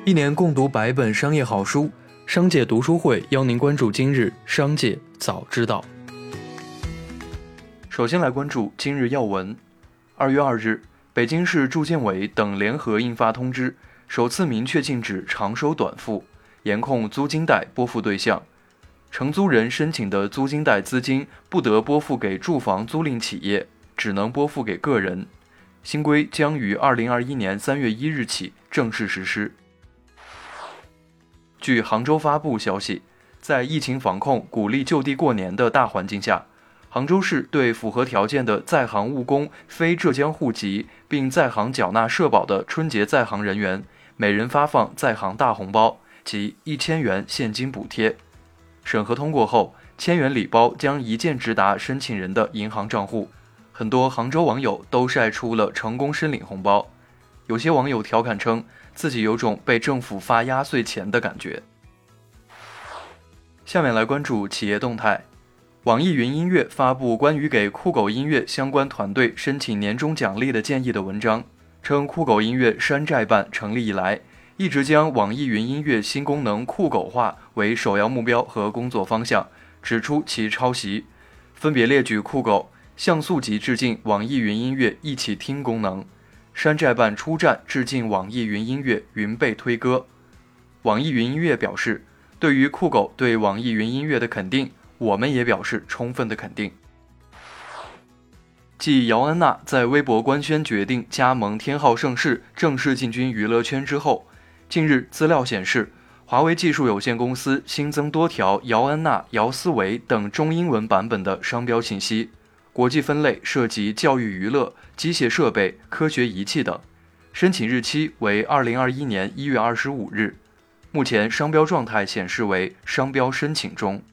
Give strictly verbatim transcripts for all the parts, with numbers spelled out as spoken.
一年共读百本商业好书，商界读书会邀您关注今日商界早知道。首先来关注今日要闻。二月二日，北京市住建委等联合印发通知，首次明确禁止长收短付，严控租金贷拨付对象。承租人申请的租金贷资金不得拨付给住房租赁企业，只能拨付给个人。新规将于二零二一年三月一日起正式实施。据杭州发布消息，在疫情防控、鼓励就地过年的大环境下，杭州市对符合条件的在杭务工非浙江户籍并在杭缴纳社保的春节在杭人员，每人发放在杭大红包及一千元现金补贴。审核通过后，千元礼包将一键直达申请人的银行账户。很多杭州网友都晒出了成功申领红包，有些网友调侃称自己有种被政府发压岁钱的感觉。下面来关注企业动态。网易云音乐发布关于给酷狗音乐相关团队申请年终奖励的建议的文章，称酷狗音乐山寨办成立以来，一直将网易云音乐新功能酷狗化为首要目标和工作方向，指出其抄袭，分别列举酷狗像素级致敬网易云音乐一起听功能，山寨办出战致敬网易云音乐云贝推歌。网易云音乐表示，对于酷狗对网易云音乐的肯定，我们也表示充分的肯定。继姚安娜在微博官宣决定加盟天浩盛世，正式进军娱乐圈之后，近日资料显示，华为技术有限公司新增多条姚安娜、姚思维等中英文版本的商标信息，国际分类涉及教育娱乐、机械设备、科学仪器等，申请日期为二零二一年一月二十五日。目前商标状态显示为商标申请中。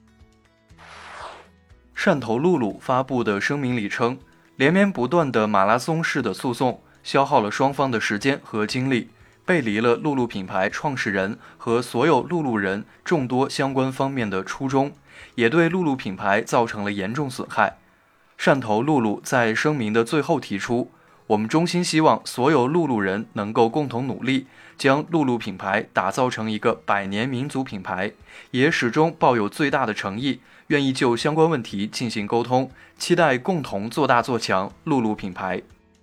汕头露露发布的声明里称，连绵不断的马拉松式的诉讼消耗了双方的时间和精力，背离了露露品牌创始人和所有露露人众多相关方面的初衷，也对露露品牌造成了严重损害。汕头露露在声明的最后提出，我们衷心希望所有露露人能够共同努力，将露露品牌打造成一个百年民族品牌，也始终抱有最大的诚意，愿意就相关问题进行沟通，期待共同做大做强露露品牌。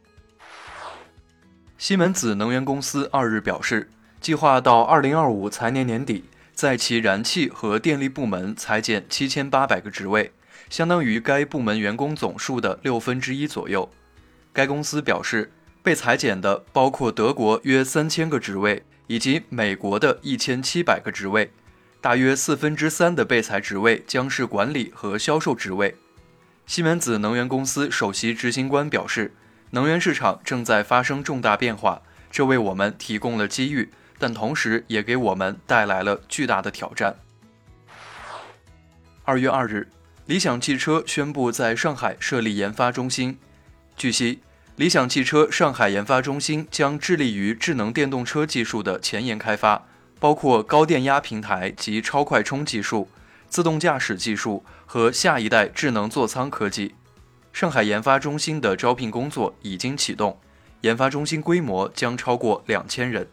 西门子能源公司二日表示，计划到二零二五财年年底，在其燃气和电力部门裁减七千八百个职位，相当于该部门员工总数的六分之一左右。该公司表示，被裁减的包括德国约三千个职位，以及美国的一千七百个职位，大约四分之三的被裁职位将是管理和销售职位。西门子能源公司首席执行官表示，能源市场正在发生重大变化，这为我们提供了机遇，但同时也给我们带来了巨大的挑战。二月二日，理想汽车宣布在上海设立研发中心。据悉，理想汽车上海研发中心将致力于智能电动车技术的前沿开发，包括高电压平台及超快充技术、自动驾驶技术和下一代智能座舱科技。上海研发中心的招聘工作已经启动，研发中心规模将超过两千人。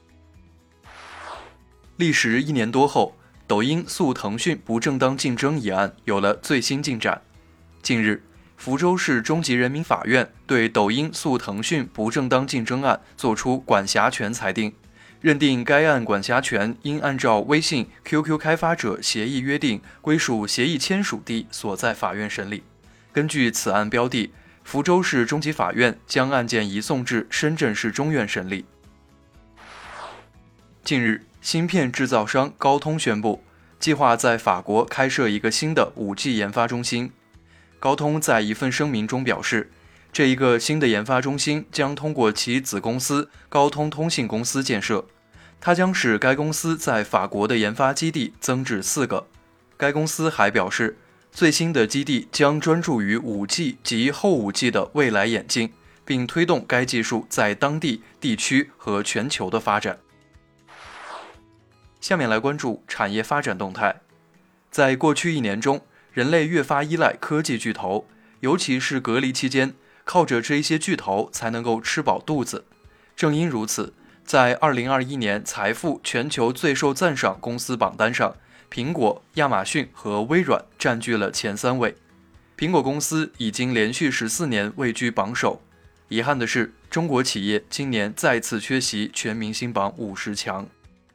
历时一年多后，抖音诉腾讯不正当竞争一案有了最新进展。近日，福州市中级人民法院对抖音诉腾讯不正当竞争案作出管辖权裁定，认定该案管辖权应按照微信、Q Q 开发者协议约定归属协议签署地所在法院审理。根据此案标的，福州市中级法院将案件移送至深圳市中院审理。近日，芯片制造商高通宣布，计划在法国开设一个新的 五 G 研发中心。高通在一份声明中表示，这一个新的研发中心将通过其子公司高通通信公司建设，它将使该公司在法国的研发基地增至四个。该公司还表示，最新的基地将专注于 五 G 及后 五 G 的未来演进，并推动该技术在当地、地区和全球的发展。下面来关注产业发展动态。在过去一年中，人类越发依赖科技巨头，尤其是隔离期间，靠着这一些巨头才能够吃饱肚子。正因如此， 在二零二一年财富全球最受赞赏公司榜单上，苹果、亚马逊和微软占据了前三位。苹果公司已经连续十四年位居榜首。遗憾的是，中国企业今年再次缺席全明星榜五十强。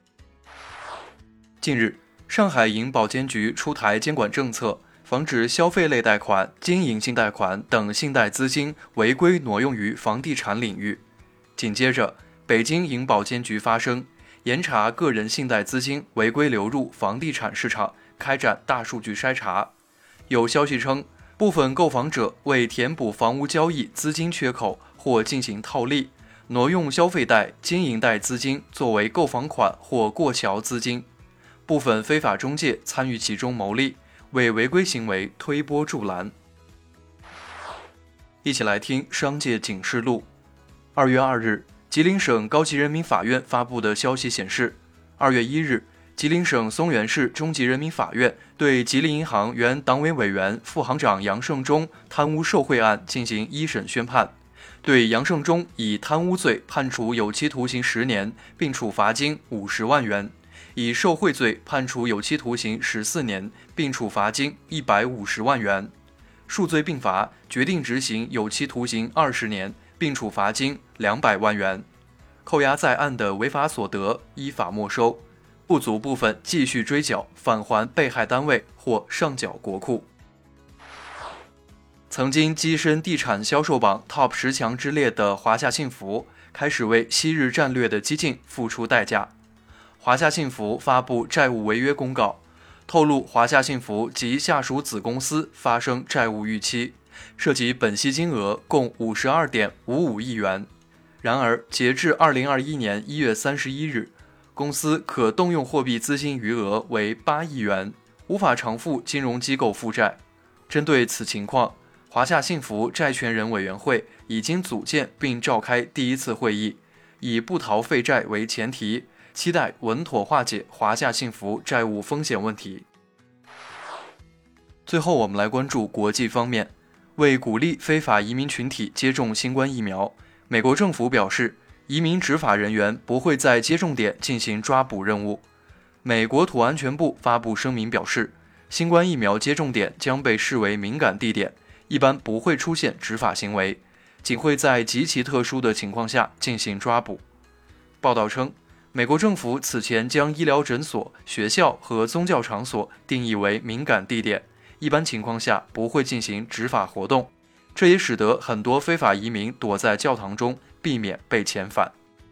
近日，上海银保监局出台监管政策，防止消费类贷款、经营性贷款等信贷资金违规挪用于房地产领域。紧接着，北京银保监局发声，严查个人信贷资金违规流入房地产市场，开展大数据筛查。有消息称，部分购房者为填补房屋交易资金缺口或进行套利，挪用消费贷、经营贷资金作为购房款或过桥资金。部分非法中介参与其中牟利，为违规行为推波助澜。一起来听商界警示录。二月二日，吉林省高级人民法院发布的消息显示，二月一日，吉林省松原市中级人民法院对吉林银行原党委委员、副行长杨胜忠贪污受贿案进行一审宣判，对杨胜忠以贪污罪判处有期徒刑十年，并处罚金五十万元；以受贿罪判处有期徒刑十四年，并处罚金一百五十万元。数罪并罚，决定执行有期徒刑二十年，并处罚金两百万元。扣押在案的违法所得依法没收，不足部分继续追缴，返还被害单位或上缴国库。曾经跻身地产销售榜 Top 十强之列的华夏幸福，开始为昔日战略的激进付出代价。华夏幸福发布债务违约公告，透露华夏幸福及下属子公司发生债务逾期，涉及本息金额共 五十二点五五亿元。然而，截至二零二一年一月三十一日，公司可动用货币资金余额为八亿元，无法偿付金融机构负债。针对此情况，华夏幸福债权人委员会已经组建并召开第一次会议，以不逃废债为前提，期待稳妥化解华夏幸福债务风险问题。最后，我们来关注国际方面，为鼓励非法移民群体接种新冠疫苗，美国政府表示，移民执法人员不会在接种点进行抓捕任务。美国土安全部发布声明表示，新冠疫苗接种点将被视为敏感地点，一般不会出现执法行为，仅会在极其特殊的情况下进行抓捕。报道称，美国政府此前将医疗诊所、学校和宗教场所定义为敏感地点，一般情况下不会进行执法活动，这也使得很多非法移民躲在教堂中，避免被遣返。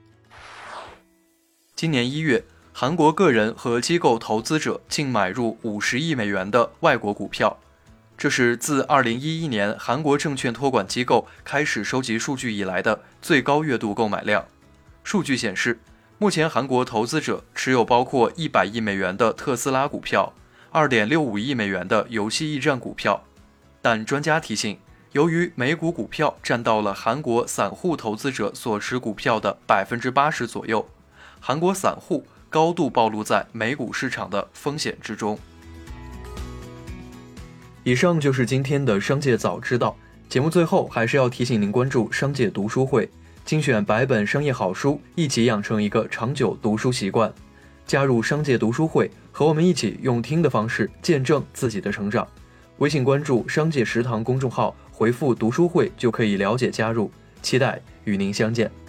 今年一月，韩国个人和机构投资者净买入五十亿美元的外国股票，这是自二零一一年韩国证券托管机构开始收集数据以来的最高月度购买量。数据显示，目前韩国投资者持有包括一百亿美元的特斯拉股票、二点六五亿美元的游戏驿站股票。但专家提醒，由于美股股票占到了韩国散户投资者所持股票的 百分之八十 左右，韩国散户高度暴露在美股市场的风险之中。以上就是今天的商界早知道，节目最后还是要提醒您关注商界读书会，精选百本商业好书，一起养成一个长久读书习惯。加入商界读书会，和我们一起用听的方式见证自己的成长。微信关注商界食堂公众号，回复读书会就可以了解加入，期待与您相见。